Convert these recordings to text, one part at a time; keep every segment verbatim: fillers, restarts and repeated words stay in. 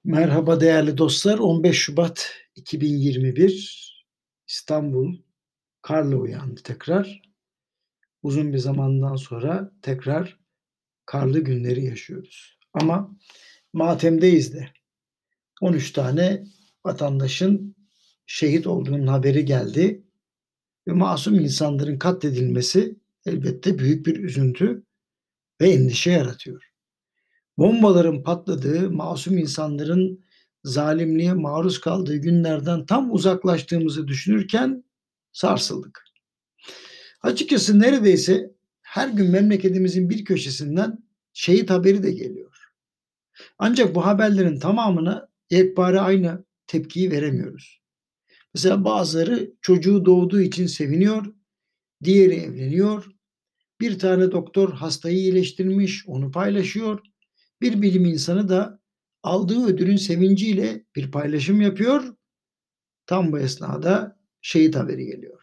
Merhaba değerli dostlar. on beş Şubat iki bin yirmi bir İstanbul karla uyandı tekrar. Uzun bir zamandan sonra tekrar karlı günleri yaşıyoruz. Ama matemdeyiz de. on üç tane vatandaşın şehit olduğunun haberi geldi ve masum insanların katledilmesi elbette büyük bir üzüntü ve endişe yaratıyor. Bombaların patladığı, masum insanların zalimliğe maruz kaldığı günlerden tam uzaklaştığımızı düşünürken sarsıldık. Açıkçası neredeyse her gün memleketimizin bir köşesinden şehit haberi de geliyor. Ancak bu haberlerin tamamına yekpare aynı tepkiyi veremiyoruz. Mesela bazıları çocuğu doğduğu için seviniyor, diğeri evleniyor, bir tane doktor hastayı iyileştirmiş, onu paylaşıyor. Bir bilim insanı da aldığı ödülün sevinciyle bir paylaşım yapıyor. Tam bu esnada şehit haberi geliyor.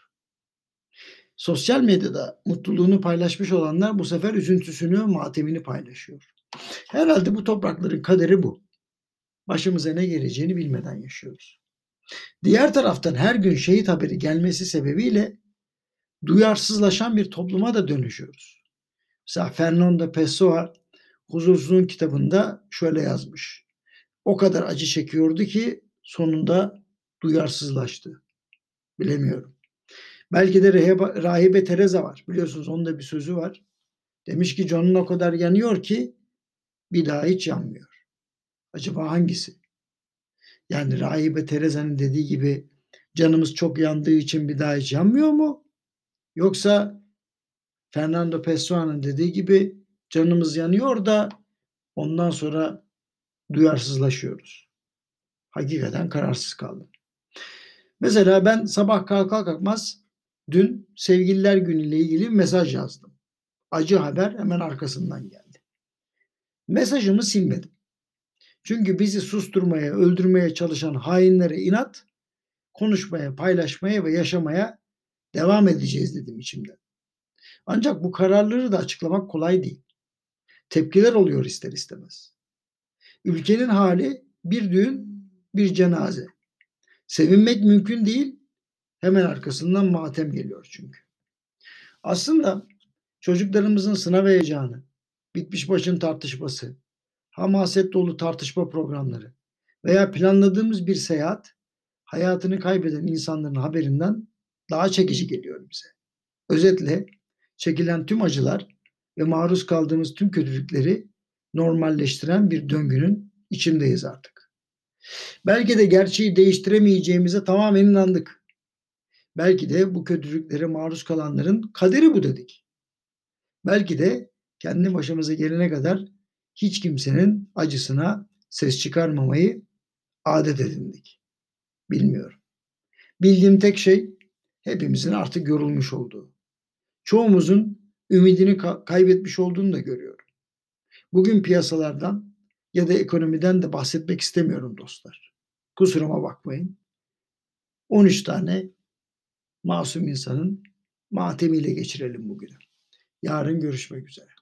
Sosyal medyada mutluluğunu paylaşmış olanlar bu sefer üzüntüsünü, matemini paylaşıyor. Herhalde bu toprakların kaderi bu. Başımıza ne geleceğini bilmeden yaşıyoruz. Diğer taraftan her gün şehit haberi gelmesi sebebiyle duyarsızlaşan bir topluma da dönüşüyoruz. Mesela Fernando Pessoa Huzursuzluğun kitabında şöyle yazmış. O kadar acı çekiyordu ki sonunda duyarsızlaştı. Bilemiyorum. Belki de rahibe, rahibe Teresa var. Biliyorsunuz onun da bir sözü var. Demiş ki canın o kadar yanıyor ki bir daha hiç yanmıyor. Acaba hangisi? Yani rahibe Teresa'nın dediği gibi canımız çok yandığı için bir daha hiç yanmıyor mu? Yoksa Fernando Pessoa'nın dediği gibi canımız yanıyor da ondan sonra duyarsızlaşıyoruz. Hakikaten kararsız kaldım. Mesela ben sabah kalkar kalkmaz dün Sevgililer Günü ile ilgili bir mesaj yazdım. Acı haber hemen arkasından geldi. Mesajımı silmedim. Çünkü bizi susturmaya, öldürmeye çalışan hainlere inat, konuşmaya, paylaşmaya ve yaşamaya devam edeceğiz dedim içimden. Ancak bu kararları da açıklamak kolay değil. Tepkiler oluyor ister istemez. Ülkenin hali bir düğün, bir cenaze. Sevinmek mümkün değil, hemen arkasından matem geliyor çünkü. Aslında çocuklarımızın sınav heyecanı, bitmiş başın tartışması, hamaset dolu tartışma programları veya planladığımız bir seyahat hayatını kaybeden insanların haberinden daha çekici geliyor bize. Özetle çekilen tüm acılar ve maruz kaldığımız tüm kötülükleri normalleştiren bir döngünün içindeyiz artık. Belki de gerçeği değiştiremeyeceğimize tamamen inandık. Belki de bu kötülüklere maruz kalanların kaderi bu dedik. Belki de kendi başımıza gelene kadar hiç kimsenin acısına ses çıkarmamayı adet edindik. Bilmiyorum. Bildiğim tek şey hepimizin artık yorulmuş olduğu. Çoğumuzun ümidini ka- kaybetmiş olduğunu da görüyorum. Bugün piyasalardan ya da ekonomiden de bahsetmek istemiyorum dostlar. Kusuruma bakmayın. on üç tane masum insanın matemiyle geçirelim bugünü. Yarın görüşmek üzere.